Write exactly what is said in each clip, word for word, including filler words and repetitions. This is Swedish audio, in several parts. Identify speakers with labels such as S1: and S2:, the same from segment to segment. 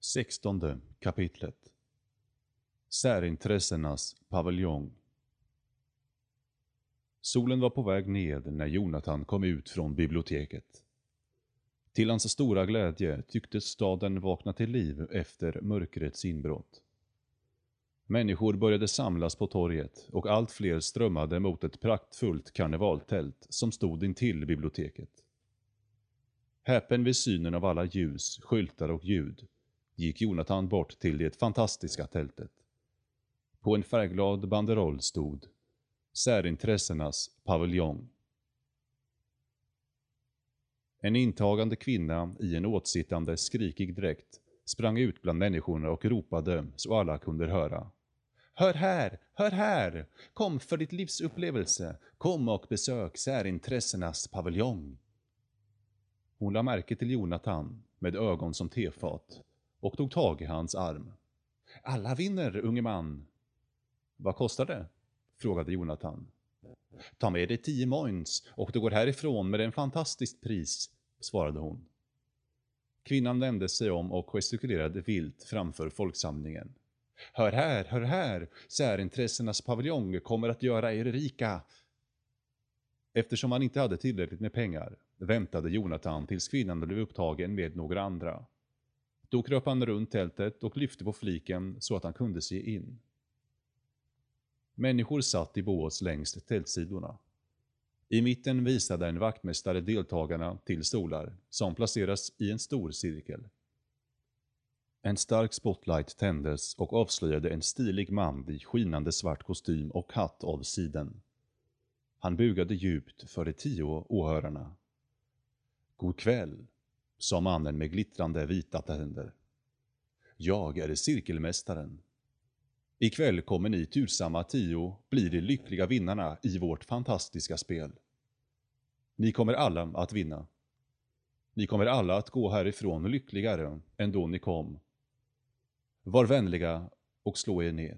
S1: Sextonde kapitlet. Särintressenas paviljong. Solen var på väg ned när Jonathan kom ut från biblioteket. Till hans stora glädje tycktes staden vakna till liv efter mörkrets inbrott. Människor började samlas på torget och allt fler strömmade mot ett praktfullt karnevaltält som stod intill biblioteket. Häpen vid synen av alla ljus, skyltar och ljud gick Jonathan bort till det fantastiska tältet. På en färgglad banderoll stod Särintressenas paviljong. En intagande kvinna i en åtsittande skrikig dräkt sprang ut bland människorna och ropade så alla kunde höra. Hör här, hör här! Kom för ditt livs upplevelse, kom och besök särintressenas paviljong. Hon la märke till Jonathan med ögon som tefat och tog tag i hans arm. Alla vinner, unge man. Vad kostar det? Frågade Jonathan. Ta med dig tio moins och du går härifrån med en fantastiskt pris, svarade hon. Kvinnan vände sig om och gestikulerade vilt framför folksamlingen. Hör här, hör här, särintressenas paviljong kommer att göra er rika. Eftersom han inte hade tillräckligt med pengar väntade Jonathan tills kvinnan blev upptagen med några andra. Då kröp han runt tältet och lyfte på fliken så att han kunde se in. Människor satt i bås längs tältsidorna. I mitten visade en vaktmästare deltagarna till stolar som placeras i en stor cirkel. En stark spotlight tändes och avslöjade en stilig man i skinande svart kostym och hatt av siden. Han bugade djupt för de tio åhörarna. God kväll, sa mannen med glittrande vita tänder. Jag är cirkelmästaren. Ikväll kommer ni tursamma tio bli de lyckliga vinnarna i vårt fantastiska spel. Ni kommer alla att vinna. Ni kommer alla att gå härifrån lyckligare än då ni kom. Var vänliga och slå er ner.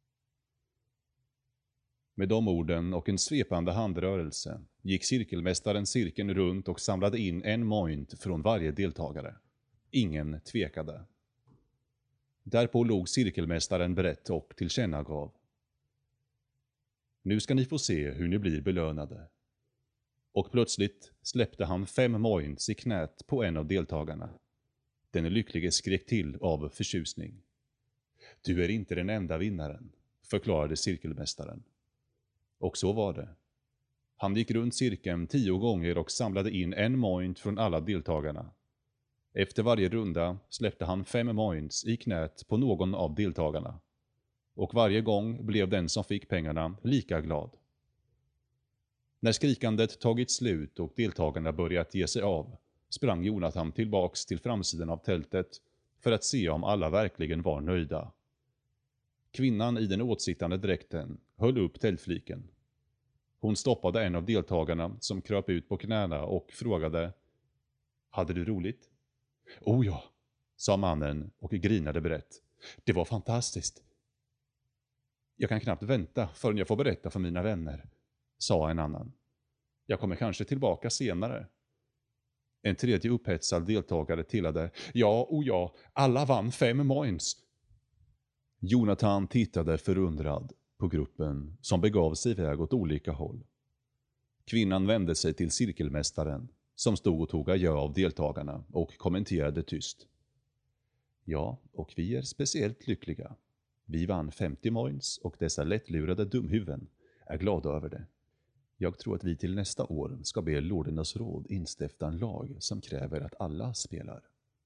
S1: Med de orden och en svepande handrörelse gick cirkelmästaren cirkeln runt och samlade in en moint från varje deltagare. Ingen tvekade. Därpå låg cirkelmästaren berett och tillkännagav. Nu ska ni få se hur ni blir belönade. Och plötsligt släppte han fem moints i knät på en av deltagarna. Den lycklige skrek till av förtjusning. Du är inte den enda vinnaren, förklarade cirkelmästaren. Och så var det. Han gick runt cirkeln tio gånger och samlade in en moint från alla deltagarna. Efter varje runda släppte han fem moints i knät på någon av deltagarna. Och varje gång blev den som fick pengarna lika glad. När skrikandet tagit slut och deltagarna börjat ge sig av sprang Jonathan tillbaks till framsidan av tältet för att se om alla verkligen var nöjda. Kvinnan i den åtsittande dräkten höll upp tältfliken. Hon stoppade en av deltagarna som kröp ut på knäna och frågade. Hade du roligt? Oh ja, sa mannen och grinade brett. Det var fantastiskt. Jag kan knappt vänta förrän jag får berätta för mina vänner, sa en annan. Jag kommer kanske tillbaka senare. En tredje upphetsad deltagare tillade. Ja, oh ja, alla vann fem moins. Jonathan tittade förundrad på gruppen som begav sig iväg åt olika håll. Kvinnan vände sig till cirkelmästaren som stod och tog adjö av deltagarna och kommenterade tyst. Ja, och vi är speciellt lyckliga. Vi vann femtio moins och dessa lättlurade dumhuvuden är glada över det. Jag tror att vi till nästa år ska be Lordernas råd instifta en lag som kräver att alla spelar.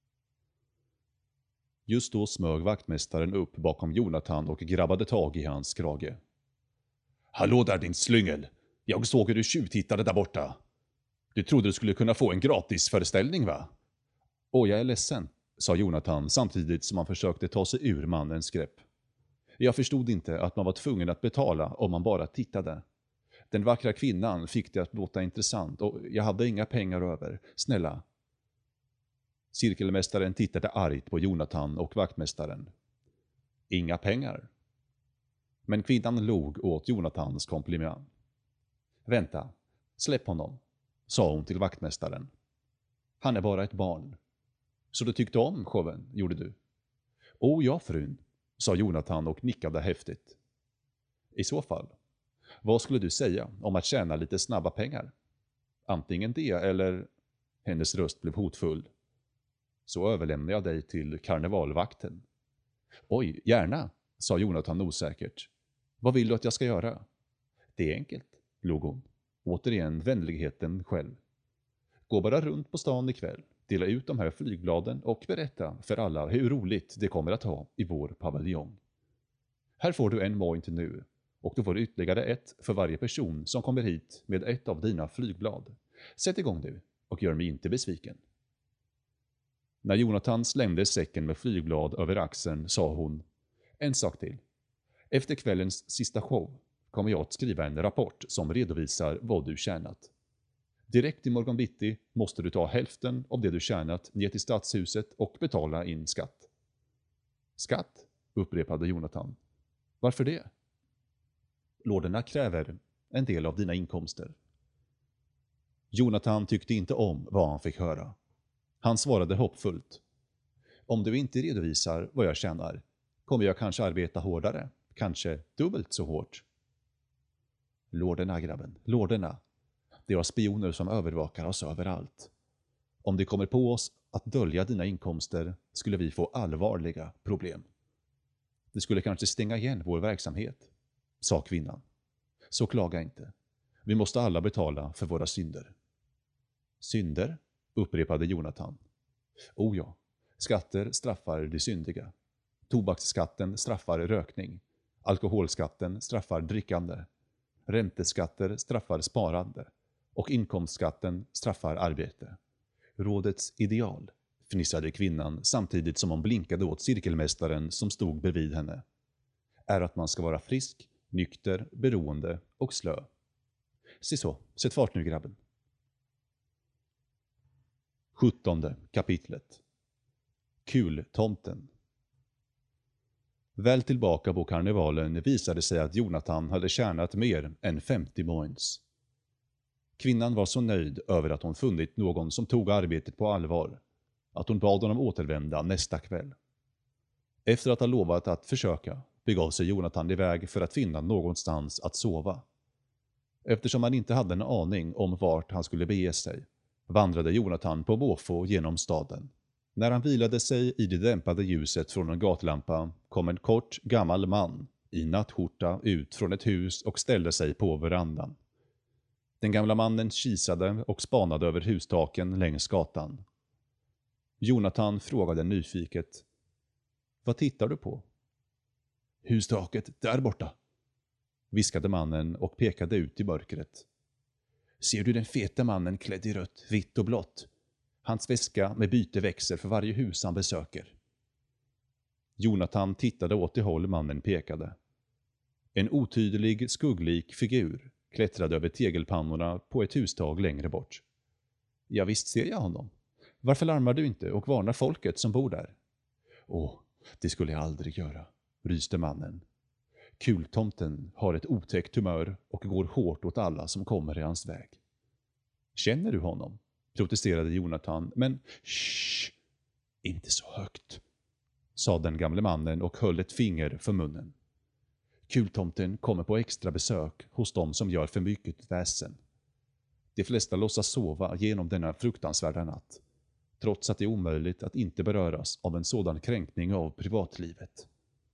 S1: Just då smög vaktmästaren upp bakom Jonathan och grabbade tag i hans krage. Hallå där din slyngel! Jag såg hur du tjuvtittade där borta. Du trodde du skulle kunna få en gratis föreställning, va? Åh, jag är ledsen, sa Jonathan samtidigt som han försökte ta sig ur mannens grepp. Jag förstod inte att man var tvungen att betala om man bara tittade. Den vackra kvinnan fick det att låta intressant och jag hade inga pengar över. Snälla. Cirkelmästaren tittade argt på Jonathan och vaktmästaren. Inga pengar. Men kvinnan log åt Jonathans komplimang. Vänta, släpp honom, sa hon till vaktmästaren. Han är bara ett barn. Så du tyckte om showen, gjorde du? Åh ja, frun, sa Jonathan och nickade häftigt. I så fall, vad skulle du säga om att tjäna lite snabba pengar? Antingen det eller... Hennes röst blev hotfull. Så överlämnar jag dig till karnevalvakten. Oj, gärna, sa Jonathan osäkert. Vad vill du att jag ska göra? Det är enkelt, log hon. Återigen vänligheten själv. Gå bara runt på stan ikväll, dela ut de här flygbladen och berätta för alla hur roligt det kommer att ha i vår paviljong. Här får du en point nu, och du får ytterligare ett för varje person som kommer hit med ett av dina flygblad. Sätt igång nu och gör mig inte besviken. När Jonathan slängde säcken med flygblad över axeln sa hon: En sak till. Efter kvällens sista show kommer jag att skriva en rapport som redovisar vad du tjänat. Direkt i morgon bitti måste du ta hälften av det du tjänat ner till stadshuset och betala in skatt. Skatt, upprepade Jonathan. Varför det? Lorderna kräver en del av dina inkomster. Jonathan tyckte inte om vad han fick höra. Han svarade hoppfullt. Om du inte redovisar vad jag tjänar kommer jag kanske arbeta hårdare, kanske dubbelt så hårt. Lorderna, grabben, lorderna. Det har spioner som övervakar oss överallt. Om det kommer på oss att dölja dina inkomster skulle vi få allvarliga problem. Det skulle kanske stänga igen vår verksamhet, sa kvinnan. Så klaga inte. Vi måste alla betala för våra synder. Synder? Upprepade Jonathan. O ja, skatter straffar de syndiga. Tobaksskatten straffar rökning. Alkoholskatten straffar drickande. Ränteskatter straffar sparande. Och inkomstskatten straffar arbete. Rådets ideal, fnissade kvinnan samtidigt som hon blinkade åt cirkelmästaren som stod bredvid henne, är att man ska vara frisk, nykter, beroende och slö. Se så, sätt fart nu grabben. Sjuttonde kapitlet. Kultomten. Väl tillbaka på karnevalen visade sig att Jonathan hade tjänat mer än femtio points. Kvinnan var så nöjd över att hon funnit någon som tog arbetet på allvar, att hon bad honom återvända nästa kväll. Efter att ha lovat att försöka begav sig Jonathan iväg för att finna någonstans att sova. Eftersom han inte hade en aning om vart han skulle bege sig, vandrade Jonathan på måfå genom staden. När han vilade sig i det dämpade ljuset från en gatlampa kom en kort, gammal man i nattskjorta ut från ett hus och ställde sig på verandan. Den gamla mannen kisade och spanade över hustaken längs gatan. Jonathan frågade nyfiket: Vad tittar du på? Hustaket där borta, viskade mannen och pekade ut i mörkret. Ser du den feta mannen klädd i rött, vitt och blått? Hans väska med byte växer för varje hus han besöker. Jonathan tittade åt det håll mannen pekade. En otydlig, skugglik figur klättrade över tegelpannorna på ett hustag längre bort. Ja, visst ser jag honom. Varför larmar du inte och varnar folket som bor där? Åh, det skulle jag aldrig göra, ryste mannen. Kultomten har ett otäckt humör och går hårt åt alla som kommer i hans väg. Känner du honom? Protesterade Jonathan, men shh, inte så högt, sa den gamle mannen och höll ett finger för munnen. Kultomten kommer på extra besök hos dem som gör för mycket väsen. De flesta låtsas sova genom denna fruktansvärda natt, trots att det är omöjligt att inte beröras av en sådan kränkning av privatlivet.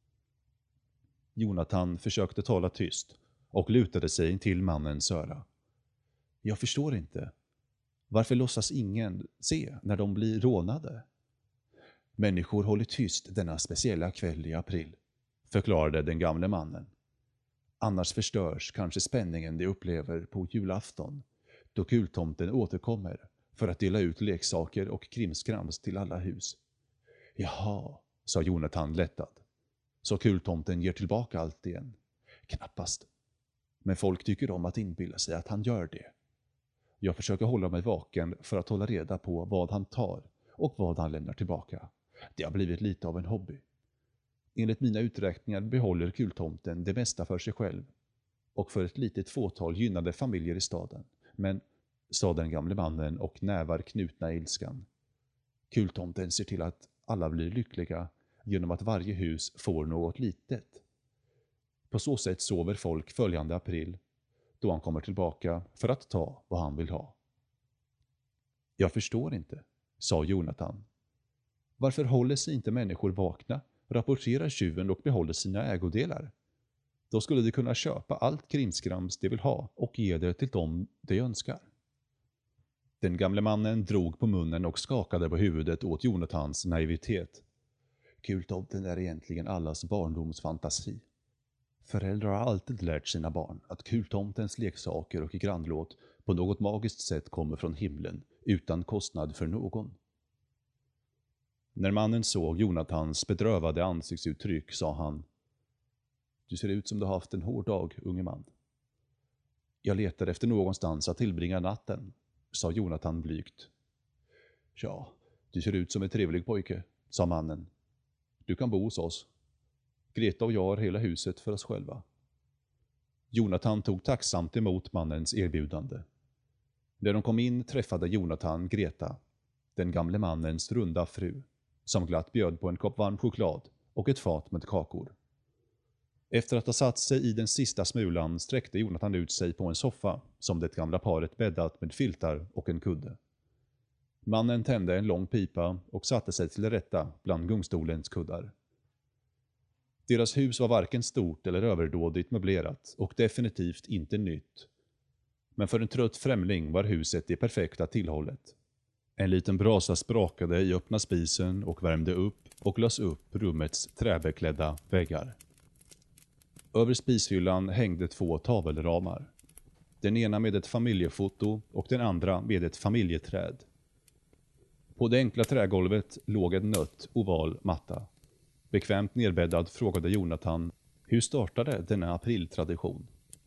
S1: Jonathan försökte tala tyst och lutade sig till mannens öra. Jag förstår inte. Varför låtsas ingen se när de blir rånade? Människor håller tyst denna speciella kväll i april, förklarade den gamle mannen. Annars förstörs kanske spänningen de upplever på julafton, då kultomten återkommer för att dela ut leksaker och krimskrams till alla hus. Jaha, sa Jonathan lättad. Så kultomten ger tillbaka allt igen. Knappast. Men folk tycker om att inbilla sig att han gör det. Jag försöker hålla mig vaken för att hålla reda på vad han tar och vad han lämnar tillbaka. Det har blivit lite av en hobby. Enligt mina uträkningar behåller kultomten det mesta för sig själv och för ett litet fåtal gynnade familjer i staden. Men, sa den gamle mannen och nävar knutna i ilskan. Kultomten ser till att alla blir lyckliga, genom att varje hus får något litet. På så sätt sover folk följande april, då han kommer tillbaka för att ta vad han vill ha. Jag förstår inte, sa Jonathan. Varför håller sig inte människor vakna, rapporterar tjuven och behåller sina ägodelar? Då skulle de kunna köpa allt krimskrams de vill ha och ge det till dem de önskar. Den gamle mannen drog på munnen och skakade på huvudet åt Jonathans naivitet. Kultomten är egentligen allas barndomsfantasi. Föräldrar har alltid lärt sina barn att kultomtens leksaker och grannlåt på något magiskt sätt kommer från himlen utan kostnad för någon. När mannen såg Jonathans bedrövade ansiktsuttryck sa han: Du ser ut som du har haft en hård dag, unge man. Jag letar efter någonstans att tillbringa natten, sa Jonathan blygt. Ja, du ser ut som en trevlig pojke, sa mannen. Du kan bo hos oss. Greta och jag har hela huset för oss själva. Jonathan tog tacksamt emot mannens erbjudande. När de kom in träffade Jonathan Greta, den gamle mannens runda fru, som glatt bjöd på en kopp varm choklad och ett fat med kakor. Efter att ha satt sig i den sista smulan sträckte Jonathan ut sig på en soffa som det gamla paret bäddat med filtar och en kudde. Mannen tände en lång pipa och satte sig till rätta bland gungstolens kuddar. Deras hus var varken stort eller överdådigt möblerat och definitivt inte nytt. Men för en trött främling var huset det perfekta tillhållet. En liten brasa sprakade i öppna spisen och värmde upp och lös upp rummets träbeklädda väggar. Över spishyllan hängde två tavelramar. Den ena med ett familjefoto och den andra med ett familjeträd. På det enkla trägolvet låg en nött oval matta. Bekvämt nerbäddad frågade Jonathan: Hur startade denna apriltradition?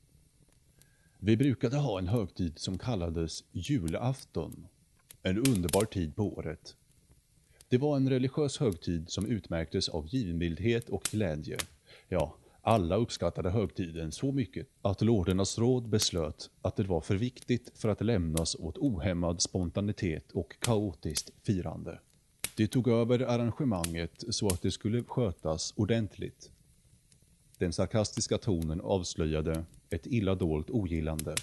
S1: Vi brukade ha en högtid som kallades julafton. En underbar tid på året. Det var en religiös högtid som utmärktes av givmildhet och glädje. Ja, alla uppskattade högtiden så mycket att lordernas råd beslöt att det var för viktigt för att lämnas åt ohämmad spontanitet och kaotiskt firande. De tog över arrangemanget så att det skulle skötas ordentligt. Den sarkastiska tonen avslöjade ett illa dolt ogillande.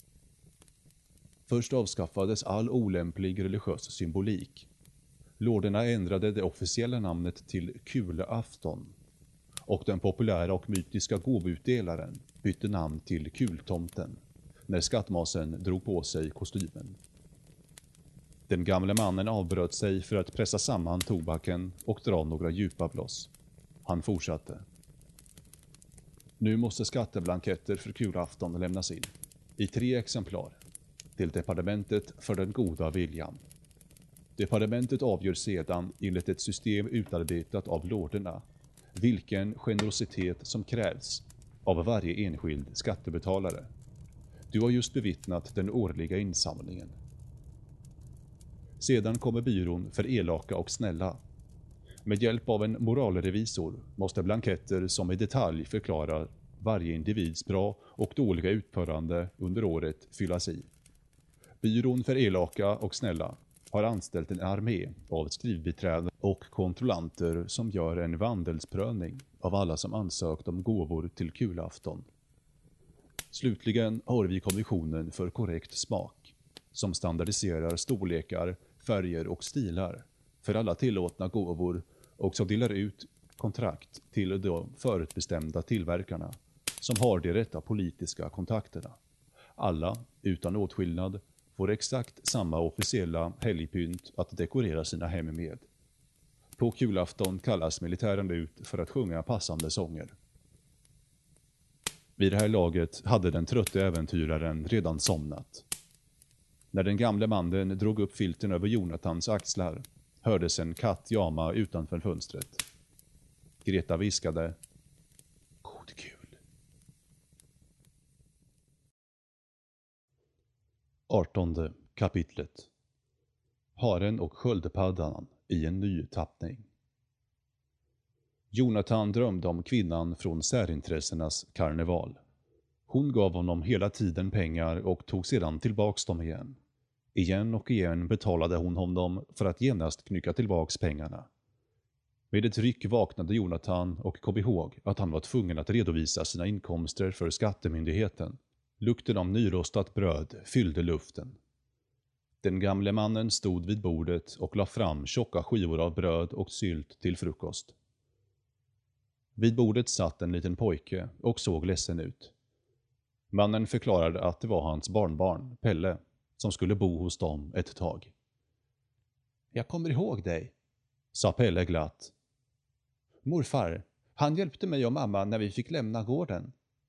S1: Först avskaffades all olämplig religiös symbolik. Lorderna ändrade det officiella namnet till Kulafton. Och den populära och mytiska gåvutdelaren bytte namn till Kultomten när skattmasen drog på sig kostymen. Den gamle mannen avbröt sig för att pressa samman tobaken och dra några djupa blås. Han fortsatte. Nu måste skatteblanketter för kulafton lämnas in. I tre exemplar. Till departementet för den goda viljan. Departementet avgör sedan enligt ett system utarbetat av lorderna vilken generositet som krävs av varje enskild skattebetalare. Du har just bevittnat den årliga insamlingen. Sedan kommer byrån för elaka och snälla. Med hjälp av en moralrevisor måste blanketter som i detalj förklarar varje individs bra och dåliga utförande under året fyllas i. Byrån för elaka och snälla har anställt en armé av skrivbiträden och kontrollanter som gör en vandelsprövning av alla som ansökt om gåvor till kulafton. Slutligen har vi kommissionen för korrekt smak, som standardiserar storlekar, färger och stilar för alla tillåtna gåvor och som delar ut kontrakt till de förutbestämda tillverkarna som har de rätta politiska kontakterna. Alla, utan åtskillnad, får exakt samma officiella helgpynt att dekorera sina hem med. På kulafton kallas militären ut för att sjunga passande sånger. Vid det här laget hade den trötte äventyraren redan somnat. När den gamle mannen drog upp filten över Jonathans axlar hördes en katt jama utanför fönstret. Greta viskade: God kul. Artonde kapitlet. Haren och sköldpaddan i en ny tappning. Jonathan drömde om kvinnan från särintressenas karneval. Hon gav honom hela tiden pengar och tog sedan tillbaks dem igen. Igen och igen betalade hon honom för att genast knycka tillbaks pengarna. Med ett ryck vaknade Jonathan och kom ihåg att han var tvungen att redovisa sina inkomster för skattemyndigheten. Lukten av nyrostat bröd fyllde luften. Den gamle mannen stod vid bordet och la fram tjocka skivor av bröd och sylt till frukost. Vid bordet satt en liten pojke och såg ledsen ut. Mannen förklarade att det var hans barnbarn, Pelle, som skulle bo hos dem ett tag. Jag kommer ihåg dig, sa Pelle glatt. Morfar, han hjälpte mig och mamma när vi fick lämna gården.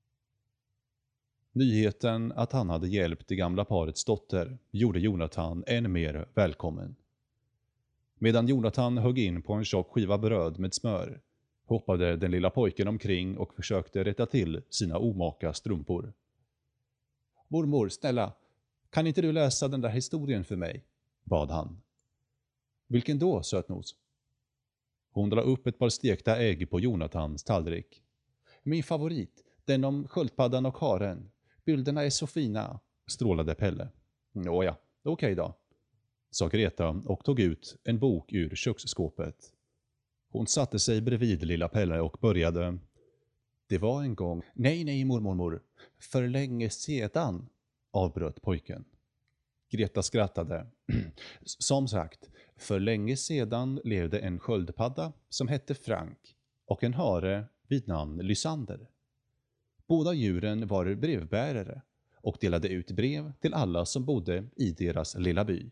S1: Nyheten att han hade hjälpt det gamla parets dotter gjorde Jonathan än mer välkommen. Medan Jonathan högg in på en tjock skiva bröd med smör hoppade den lilla pojken omkring och försökte rätta till sina omaka strumpor. Mormor, snälla, kan inte du läsa den där historien för mig? Bad han. Vilken då, sötnos? Hon drar upp ett par stekta ägg på Jonathans tallrik. Min favorit, den om sköldpaddan och haren. Bilderna är så fina, strålade Pelle. Nåja, okej då, sa Greta och tog ut en bok ur köksskåpet. Hon satte sig bredvid lilla Pelle och började. Det var en gång. Nej, nej, mormormor. För länge sedan, avbröt pojken. Greta skrattade. Som sagt, för länge sedan levde en sköldpadda som hette Frank och en hare vid namn Lysander. Båda djuren var brevbärare och delade ut brev till alla som bodde i deras lilla by.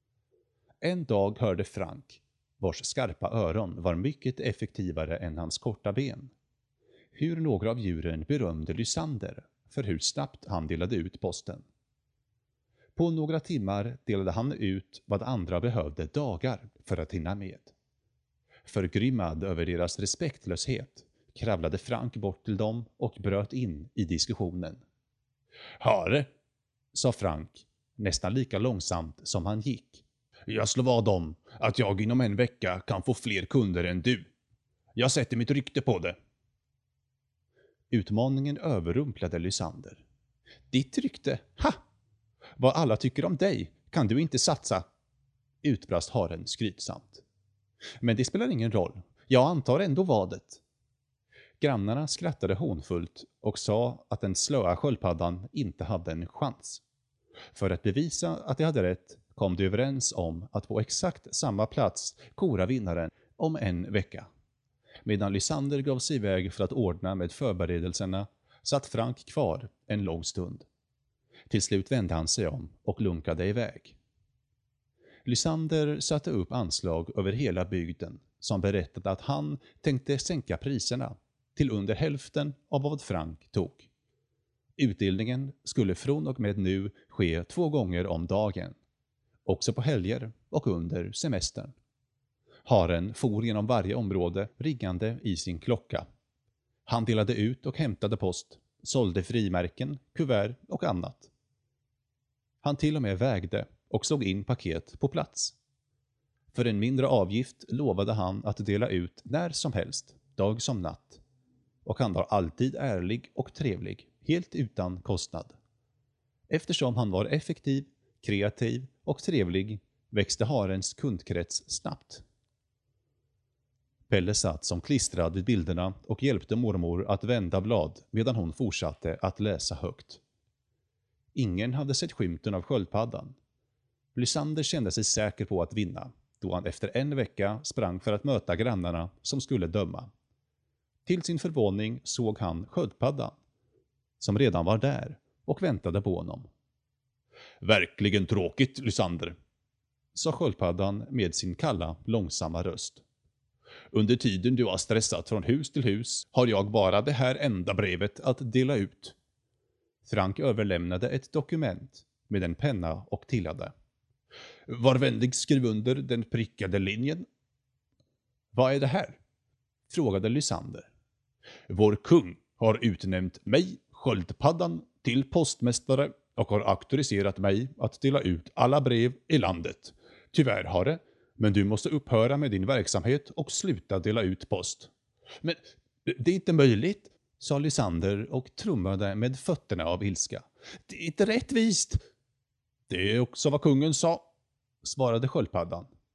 S1: En dag hörde Frank, vars skarpa öron var mycket effektivare än hans korta ben, hur några av djuren berömde Lysander för hur snabbt han delade ut posten. På några timmar delade han ut vad andra behövde dagar för att hinna med. Förgrymmad över deras respektlöshet kravlade Frank bort till dem och bröt in i diskussionen. Hare, sa Frank, nästan lika långsamt som han gick. Jag slår vad om att jag inom en vecka kan få fler kunder än du. Jag sätter mitt rykte på det. Utmaningen överrumplade Lysander. Ditt rykte? Ha! Vad alla tycker om dig kan du inte satsa, utbrast haren skrytsamt. Men det spelar ingen roll. Jag antar ändå vadet. Grannarna skrattade hånfullt och sa att den slöa sköldpaddan inte hade en chans. För att bevisa att de hade rätt kom de överens om att på exakt samma plats kora vinnaren om en vecka. Medan Lysander gav sig iväg för att ordna med förberedelserna satt Frank kvar en lång stund. Till slut vände han sig om och lunkade iväg. Lysander satte upp anslag över hela bygden som berättade att han tänkte sänka priserna till under hälften av vad Frank tog. Utdelningen skulle från och med nu ske två gånger om dagen, också på helger och under semestern. Haren for genom varje område riggande i sin klocka. Han delade ut och hämtade post, sålde frimärken, kuvert och annat. Han till och med vägde och såg in paket på plats. För en mindre avgift lovade han att dela ut när som helst, dag som natt. Och han var alltid ärlig och trevlig, helt utan kostnad. Eftersom han var effektiv, kreativ och trevlig växte harens kundkrets snabbt. Pelle satt som klistrad vid bilderna och hjälpte mormor att vända blad medan hon fortsatte att läsa högt. Ingen hade sett skymten av sköldpaddan. Lysander kände sig säker på att vinna, då han efter en vecka sprang för att möta grannarna som skulle döma. Till sin förvåning såg han sköldpaddan, som redan var där och väntade på honom. Verkligen tråkigt, Lysander, sa sköldpaddan med sin kalla, långsamma röst. Under tiden du har stressat från hus till hus har jag bara det här enda brevet att dela ut. Frank överlämnade ett dokument med en penna och tillade. Var vänlig skriv under den prickade linjen. Vad är det här? Frågade Lysander. Vår kung har utnämnt mig, sköldpaddan, till postmästare och har auktoriserat mig att dela ut alla brev i landet. Tyvärr har det, men du måste upphöra med din verksamhet och sluta dela ut post. Men det är inte möjligt, sa Lysander och trummade med fötterna av ilska. Det är inte rättvist. Det är också vad kungen sa, svarade sköldpaddan.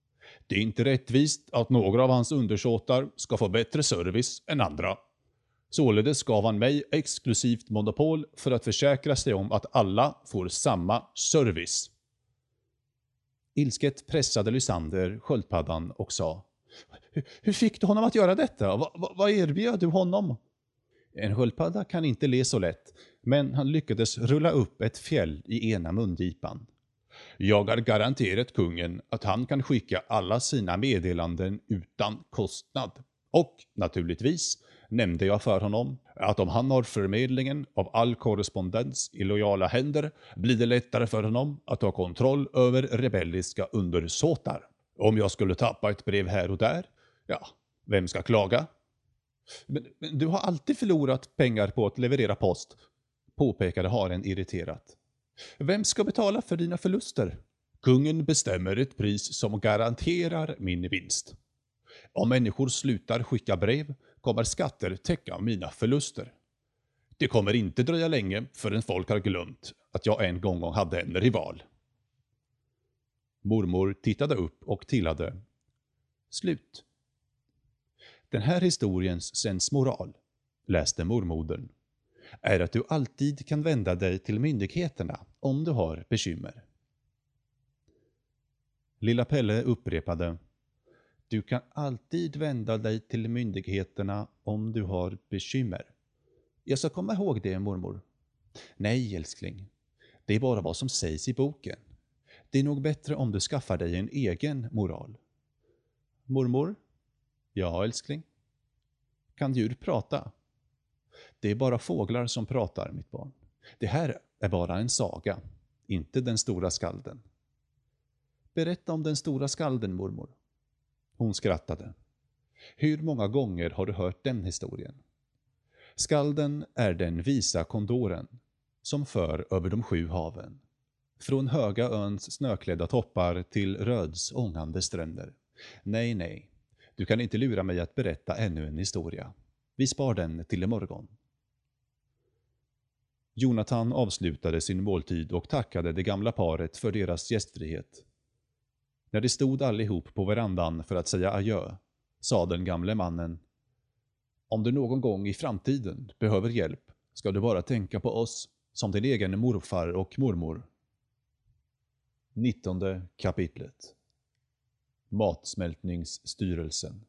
S1: Det är inte rättvist att några av hans undersåtar ska få bättre service än andra. Således gav han mig exklusivt monopol för att försäkra sig om att alla får samma service. Ilsket pressade Lysander sköldpaddan och sa: Hur fick du honom att göra detta? Va, va, vad erbjöd du honom? En sköldpadda kan inte le så lätt, men han lyckades rulla upp ett fjäll i ena mungipan. Jag har garanterat kungen att han kan skicka alla sina meddelanden utan kostnad. Och naturligtvis nämnde jag för honom att om han har förmedlingen av all korrespondens i lojala händer blir det lättare för honom att ha kontroll över rebelliska undersåtar. Om jag skulle tappa ett brev här och där, ja, vem ska klaga? Men, men du har alltid förlorat pengar på att leverera post, påpekade haren irriterat. Vem ska betala för dina förluster? Kungen bestämmer ett pris som garanterar min vinst. Om människor slutar skicka brev kommer skatter täcka mina förluster. Det kommer inte dröja länge förrän folk har glömt att jag en gång hade en rival. Mormor tittade upp och tillade: Slut. Den här historiens sensmoral, läste mormodern, är att du alltid kan vända dig till myndigheterna om du har bekymmer. Lilla Pelle upprepade: Du kan alltid vända dig till myndigheterna om du har bekymmer. Jag ska komma ihåg det, mormor. Nej, älskling. Det är bara vad som sägs i boken. Det är nog bättre om du skaffar dig en egen moral. Mormor? Ja, älskling. Kan djur prata? Det är bara fåglar som pratar, mitt barn. Det här är bara en saga, inte den stora skalden. Berätta om den stora skalden, mormor. Hon skrattade. Hur många gånger har du hört den historien? Skalden är den visa kondoren som för över de sju haven. Från Höga öns snöklädda toppar till Röds ångande stränder. Nej, nej. Du kan inte lura mig att berätta ännu en historia. Vi spar den till imorgon. Jonathan avslutade sin måltid och tackade det gamla paret för deras gästfrihet. När de stod allihop på verandan för att säga adjö, sa den gamle mannen: Om du någon gång i framtiden behöver hjälp ska du bara tänka på oss som din egen morfar och mormor. Nittonde kapitlet. Matsmältningsstyrelsen.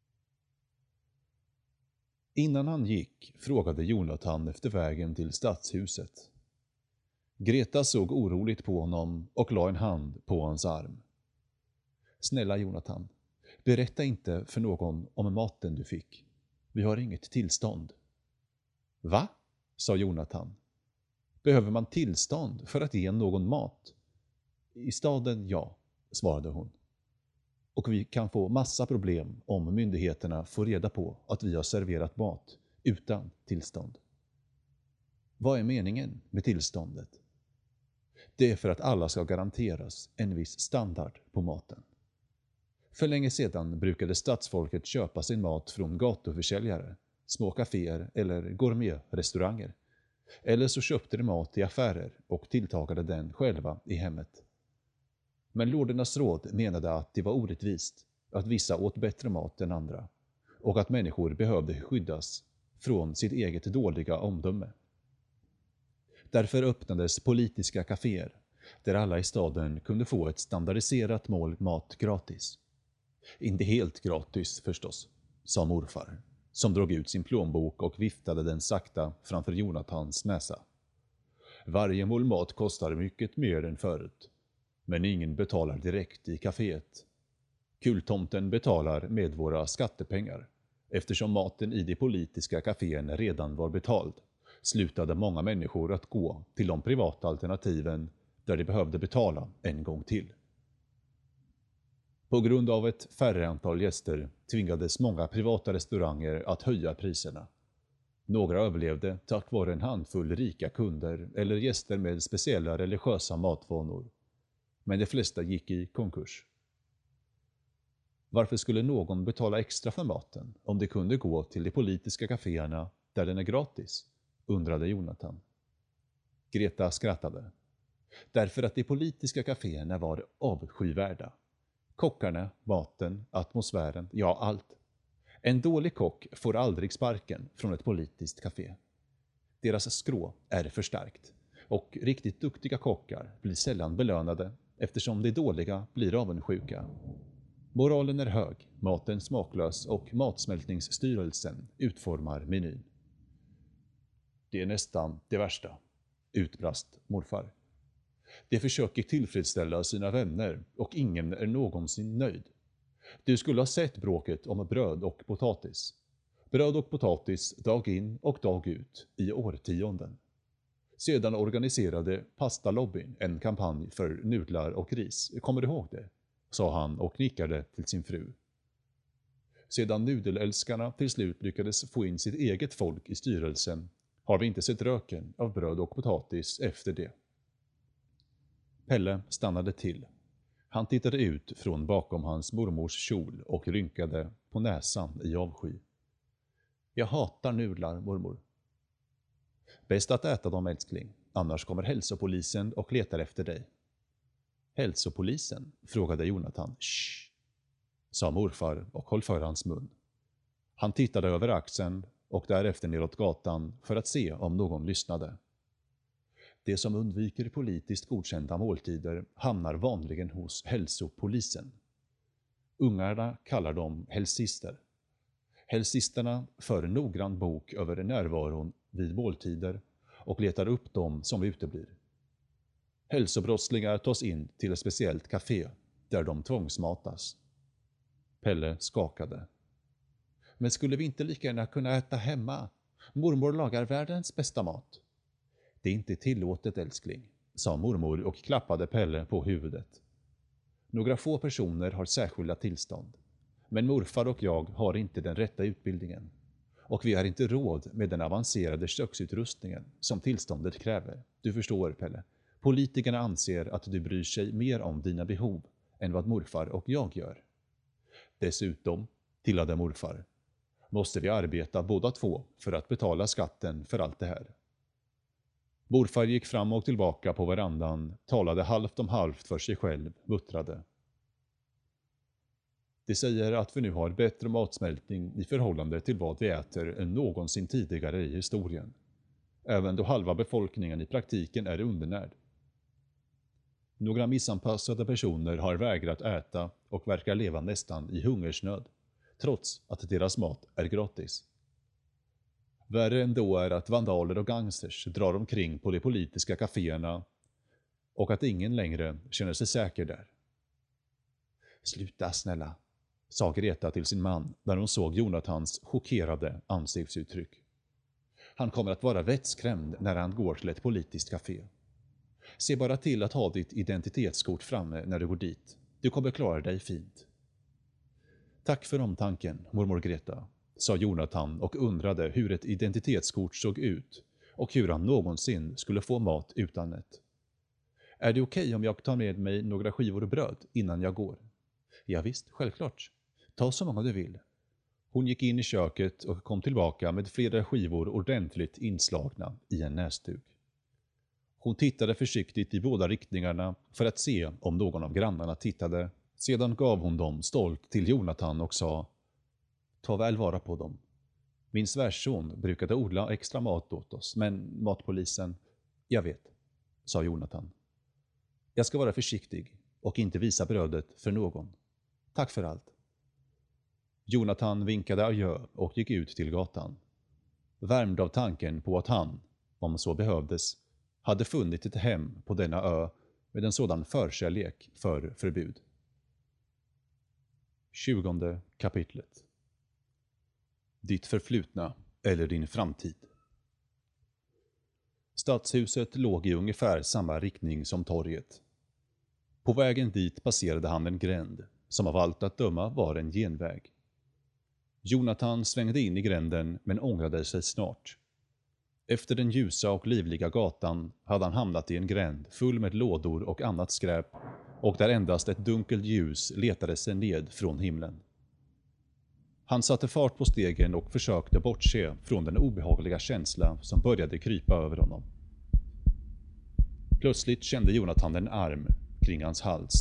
S1: Innan han gick frågade Jonathan efter vägen till stadshuset. Greta såg oroligt på honom och la en hand på hans arm. Snälla Jonathan, berätta inte för någon om maten du fick. Vi har inget tillstånd. Va? Sa Jonathan. Behöver man tillstånd för att ge någon mat? I staden, ja, svarade hon. Och vi kan få massa problem om myndigheterna får reda på att vi har serverat mat utan tillstånd. Vad är meningen med tillståndet? Det är för att alla ska garanteras en viss standard på maten. För länge sedan brukade stadsfolket köpa sin mat från gatuförsäljare, små kaféer eller gourmetrestauranger. Eller så köpte de mat i affärer och tilltagade den själva i hemmet. Men lordernas råd menade att det var orättvist att vissa åt bättre mat än andra och att människor behövde skyddas från sitt eget dåliga omdöme. Därför öppnades politiska kaféer där alla i staden kunde få ett standardiserat mål mat gratis. Inte helt gratis förstås, sa morfar, som drog ut sin plånbok och viftade den sakta framför Jonathans näsa. Varje mål mat kostar mycket mer än förut, men ingen betalar direkt i kaféet. Kultomten betalar med våra skattepengar. Eftersom maten i de politiska kaféerna redan var betald, slutade många människor att gå till de privata alternativen där de behövde betala en gång till. På grund av ett färre antal gäster tvingades många privata restauranger att höja priserna. Några överlevde tack vare en handfull rika kunder eller gäster med speciella religiösa matvanor. Men de flesta gick i konkurs. Varför skulle någon betala extra för maten om det kunde gå till de politiska kaféerna där den är gratis? Undrade Jonathan. Greta skrattade. Därför att de politiska kaféerna var avskyvärda. Kockarna, maten, atmosfären, ja allt. En dålig kock får aldrig sparken från ett politiskt café. Deras skrå är för starkt och riktigt duktiga kockar blir sällan belönade eftersom de dåliga blir avundsjuka. Moralen är hög, maten smaklös och Matsmältningsstyrelsen utformar menyn. Det är nästan det värsta, utbrast morfar. De försöker tillfredsställa sina vänner och ingen är någonsin nöjd. Du skulle ha sett bråket om bröd och potatis. Bröd och potatis dag in och dag ut i årtionden. Sedan organiserade Pastalobbyn en kampanj för nudlar och ris. Kommer du ihåg det? Sa han och nickade till sin fru. Sedan nudelälskarna till slut lyckades få in sitt eget folk i styrelsen har vi inte sett röken av bröd och potatis efter det. Pelle stannade till. Han tittade ut från bakom hans mormors kjol och rynkade på näsan i avsky. Jag hatar nudlar, mormor. Bäst att äta dem, älskling. Annars kommer hälsopolisen och letar efter dig. Hälsopolisen? Frågade Jonathan. Shh, sa morfar och höll för hans mun. Han tittade över axeln och därefter neråt gatan för att se om någon lyssnade. Det som undviker politiskt godkända måltider hamnar vanligen hos hälsopolisen. Ungarna kallar dem hälsister. Hälsisterna för en noggrann bok över närvaron vid måltider och letar upp dem som uteblir. Hälsobrottslingar tas in till ett speciellt café där de tvångsmatas. Pelle skakade. Men skulle vi inte lika gärna kunna äta hemma? Mormor lagar världens bästa mat. Det är inte tillåtet, älskling, sa mormor och klappade Pelle på huvudet. Några få personer har särskilda tillstånd. Men morfar och jag har inte den rätta utbildningen. Och vi har inte råd med den avancerade köksutrustningen som tillståndet kräver. Du förstår, Pelle. Politikerna anser att du bryr sig mer om dina behov än vad morfar och jag gör. Dessutom, tillade morfar, måste vi arbeta båda två för att betala skatten för allt det här. Morfar gick fram och tillbaka på verandan, talade halvt om halvt för sig själv, muttrade. Det säger att vi nu har bättre matsmältning i förhållande till vad vi äter än någonsin tidigare i historien. Även då halva befolkningen i praktiken är undernärd. Några missanpassade personer har vägrat äta och verkar leva nästan i hungersnöd, trots att deras mat är gratis. Värre ändå är att vandaler och gangsters drar omkring på de politiska kaféerna och att ingen längre känner sig säker där. Sluta snälla, sa Greta till sin man när hon såg Jonathans chockerade ansiktsuttryck. Han kommer att vara vettskrämd när han går till ett politiskt café. Se bara till att ha ditt identitetskort framme när du går dit. Du kommer klara dig fint. Tack för omtanken, mormor Greta, sa Jonathan och undrade hur ett identitetskort såg ut och hur han någonsin skulle få mat utan det. Är det okej okay om jag tar med mig några skivor bröd innan jag går? Ja visst, självklart. Ta så många du vill. Hon gick in i köket och kom tillbaka med flera skivor ordentligt inslagna i en näsduk. Hon tittade försiktigt i båda riktningarna för att se om någon av grannarna tittade. Sedan gav hon dem stolt till Jonathan och sa: Ta väl vara på dem. Min svärson brukade odla extra mat åt oss, men matpolisen... Jag vet, sa Jonathan. Jag ska vara försiktig och inte visa brödet för någon. Tack för allt. Jonathan vinkade adjö och gick ut till gatan. Värmd av tanken på att han, om så behövdes, hade funnit ett hem på denna ö med en sådan förkärlek för förbud. Tjugonde kapitlet. Ditt förflutna eller din framtid. Stadshuset låg i ungefär samma riktning som torget. På vägen dit passerade han en gränd, som av allt att döma var en genväg. Jonathan svängde in i gränden men ångrade sig snart. Efter den ljusa och livliga gatan hade han hamnat i en gränd full med lådor och annat skräp och där endast ett dunkelt ljus letade sig ned från himlen. Han satte fart på stegen och försökte bortse från den obehagliga känsla som började krypa över honom. Plötsligt kände Jonathan en arm kring hans hals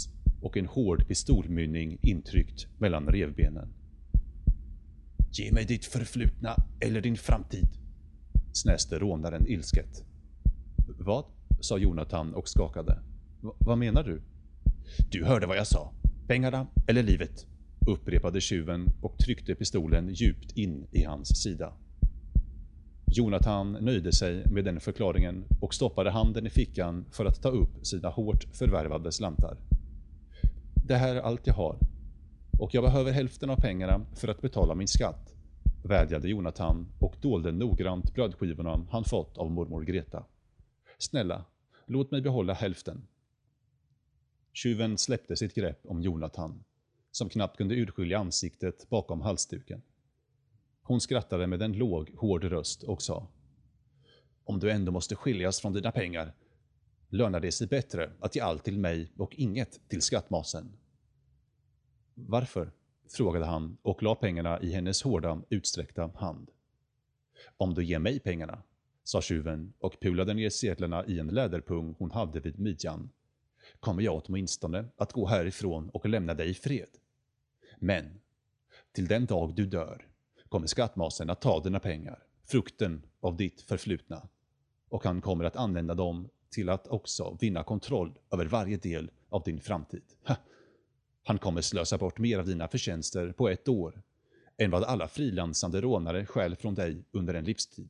S1: och en hård pistolmynning intryckt mellan revbenen. Ge mig ditt förflutna eller din framtid, snäste rånaren ilsket. Vad? Sa Jonathan och skakade. V- vad menar du? Du hörde vad jag sa. Pengarna eller livet, upprepade tjuven och tryckte pistolen djupt in i hans sida. Jonathan nöjde sig med den förklaringen och stoppade handen i fickan för att ta upp sina hårt förvärvade slantar. Det här är allt jag har, och jag behöver hälften av pengarna för att betala min skatt, vädjade Jonathan och dolde noggrant brödskivorna han fått av mormor Greta. Snälla, låt mig behålla hälften. Tjuven släppte sitt grepp om Jonathan, som knappt kunde urskilja ansiktet bakom halsduken. Hon skrattade med en låg, hård röst och sa: Om du ändå måste skiljas från dina pengar, lönar det sig bättre att ge allt till mig och inget till skattmasen. Varför? Frågade han och la pengarna i hennes hårda, utsträckta hand. Om du ger mig pengarna, sa tjuven och pulade ner sedlarna i en läderpung hon hade vid midjan, kommer jag åtminstone att gå härifrån och lämna dig i fred. Men, till den dag du dör, kommer skattmasen att ta dina pengar, frukten av ditt förflutna, och han kommer att använda dem till att också vinna kontroll över varje del av din framtid. Ha! Han kommer slösa bort mer av dina förtjänster på ett år än vad alla frilansande rånare stjäl från dig under en livstid.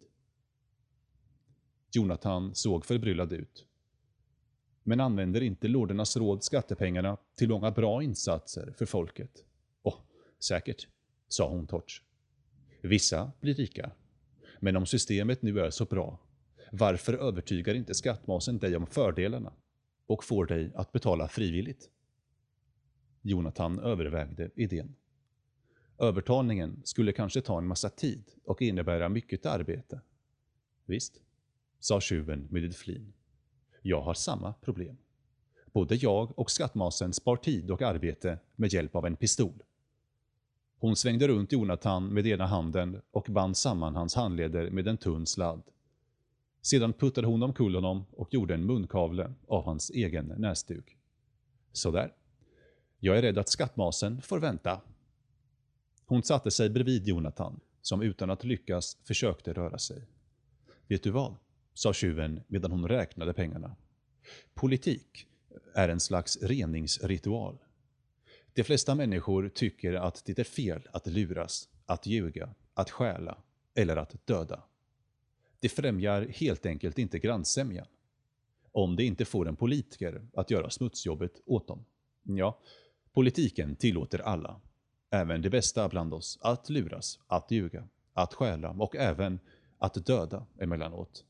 S1: Jonathan såg förbryllad ut. Men använder inte lordernas råd skattepengarna till många bra insatser för folket? Åh, oh, säkert, sa hon torrt. Vissa blir rika. Men om systemet nu är så bra, varför övertygar inte skattmasen dig om fördelarna och får dig att betala frivilligt? Jonathan övervägde idén. Övertalningen skulle kanske ta en massa tid och innebära mycket arbete. Visst, sa tjuven med ett flin. Jag har samma problem. Både jag och skattmasen spar tid och arbete med hjälp av en pistol. Hon svängde runt Jonathan med ena handen och band samman hans handleder med en tunn sladd. Sedan puttade hon omkull honom och gjorde en munkavle av hans egen näsduk. Så där. Jag är rädd att skattmasen får vänta. Hon satte sig bredvid Jonathan, som utan att lyckas försökte röra sig. Vet du vad? Sa tjuven medan hon räknade pengarna. Politik är en slags reningsritual. De flesta människor tycker att det är fel att luras, att ljuga, att stjäla eller att döda. Det främjar helt enkelt inte grannsämjan. Om det inte får en politiker att göra smutsjobbet åt dem. Ja, politiken tillåter alla, även de bästa bland oss, att luras, att ljuga, att stjäla och även att döda emellanåt.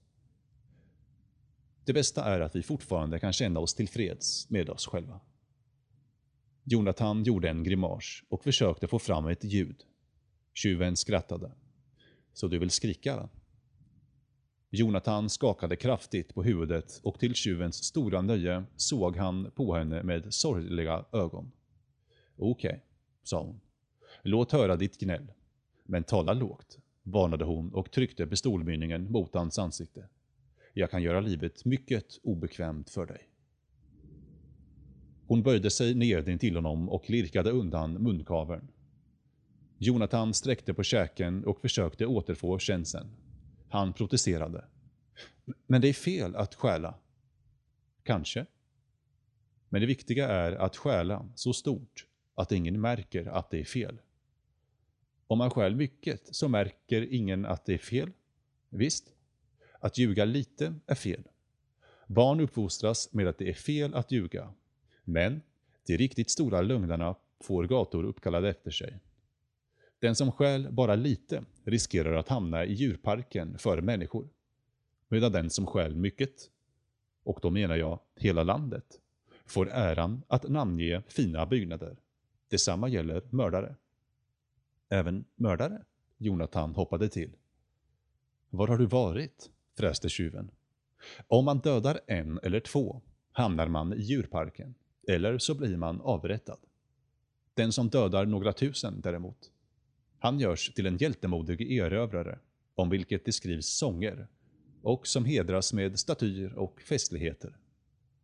S1: Det bästa är att vi fortfarande kan känna oss tillfreds med oss själva. Jonathan gjorde en grimas och försökte få fram ett ljud. Tjuven skrattade. Så du vill skrika? Jonathan skakade kraftigt på huvudet och till tjuvens stora nöje såg han på henne med sorgliga ögon. Okej, okay, sa hon. Låt höra ditt gnäll. Men tala lågt, varnade hon och tryckte pistolmynningen mot hans ansikte. Jag kan göra livet mycket obekvämt för dig. Hon böjde sig ner till honom och lirkade undan munkaveln. Jonathan sträckte på käken och försökte återfå känseln. Han protesterade. Men det är fel att stjäla. Kanske. Men det viktiga är att stjäla så stort att ingen märker att det är fel. Om man stjäl mycket så märker ingen att det är fel. Visst, att ljuga lite är fel. Barn uppfostras med att det är fel att ljuga. Men de riktigt stora lögnarna får gator uppkallade efter sig. Den som stjäl bara lite riskerar att hamna i djurparken för människor. Medan den som stjäl mycket, och då menar jag hela landet, får äran att namnge fina byggnader. Detsamma gäller mördare. Även mördare? Jonathan hoppade till. Var har du varit? Fräste tjuven. Om man dödar en eller två hamnar man i djurparken, eller så blir man avrättad. Den som dödar några tusen däremot, han görs till en hjältemodig erövrare, om vilket det skrivs sånger, och som hedras med statyer och festligheter.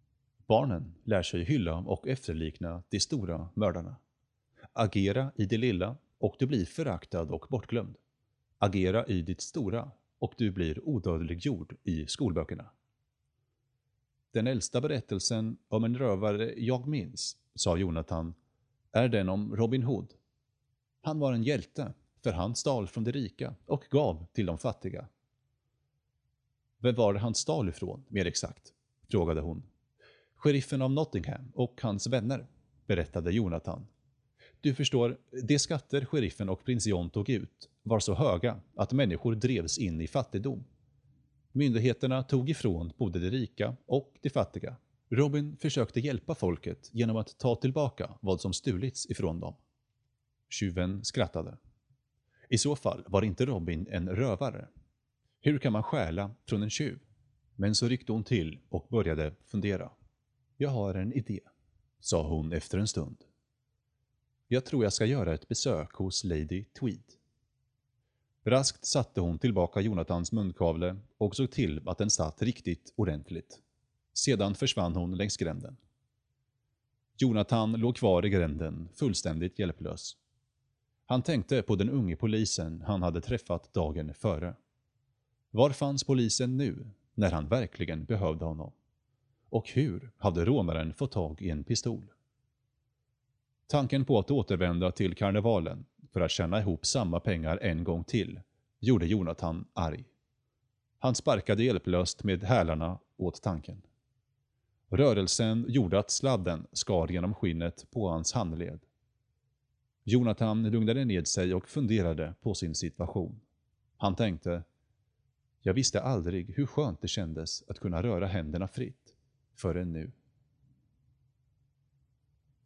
S1: Barnen lär sig hylla och efterlikna de stora mördarna. Agera i det lilla och du blir föraktad och bortglömd. Agera i ditt stora och du blir odödliggjord i skolböckerna. Den äldsta berättelsen om en rövare jag minns, sa Jonathan, är den om Robin Hood. Han var en hjälte, för han stal från de rika och gav till de fattiga. Vem var det han stal ifrån, mer exakt? Frågade hon. Sheriffen av Nottingham och hans vänner, berättade Jonathan. Du förstår, de skatter sheriffen och prins John tog ut var så höga att människor drevs in i fattigdom. Myndigheterna tog ifrån både de rika och de fattiga. Robin försökte hjälpa folket genom att ta tillbaka vad som stulits ifrån dem. Tjuven skrattade. I så fall var inte Robin en rövare. Hur kan man stjäla från en tjuv? Men så ryckte hon till och började fundera. Jag har en idé, sa hon efter en stund. Jag tror jag ska göra ett besök hos Lady Tweed. Raskt satte hon tillbaka Jonathans munkavle och såg till att den satt riktigt ordentligt. Sedan försvann hon längs gränden. Jonathan låg kvar i gränden, fullständigt hjälplös. Han tänkte på den unge polisen han hade träffat dagen före. Var fanns polisen nu, när han verkligen behövde honom? Och hur hade rånaren fått tag i en pistol? Tanken på att återvända till karnevalen för att tjäna ihop samma pengar en gång till gjorde Jonathan arg. Han sparkade hjälplöst med hälarna åt tanken. Rörelsen gjorde att sladden skar genom skinnet på hans handled. Jonathan lugnade ned sig och funderade på sin situation. Han tänkte, jag visste aldrig hur skönt det kändes att kunna röra händerna fritt, förrän nu.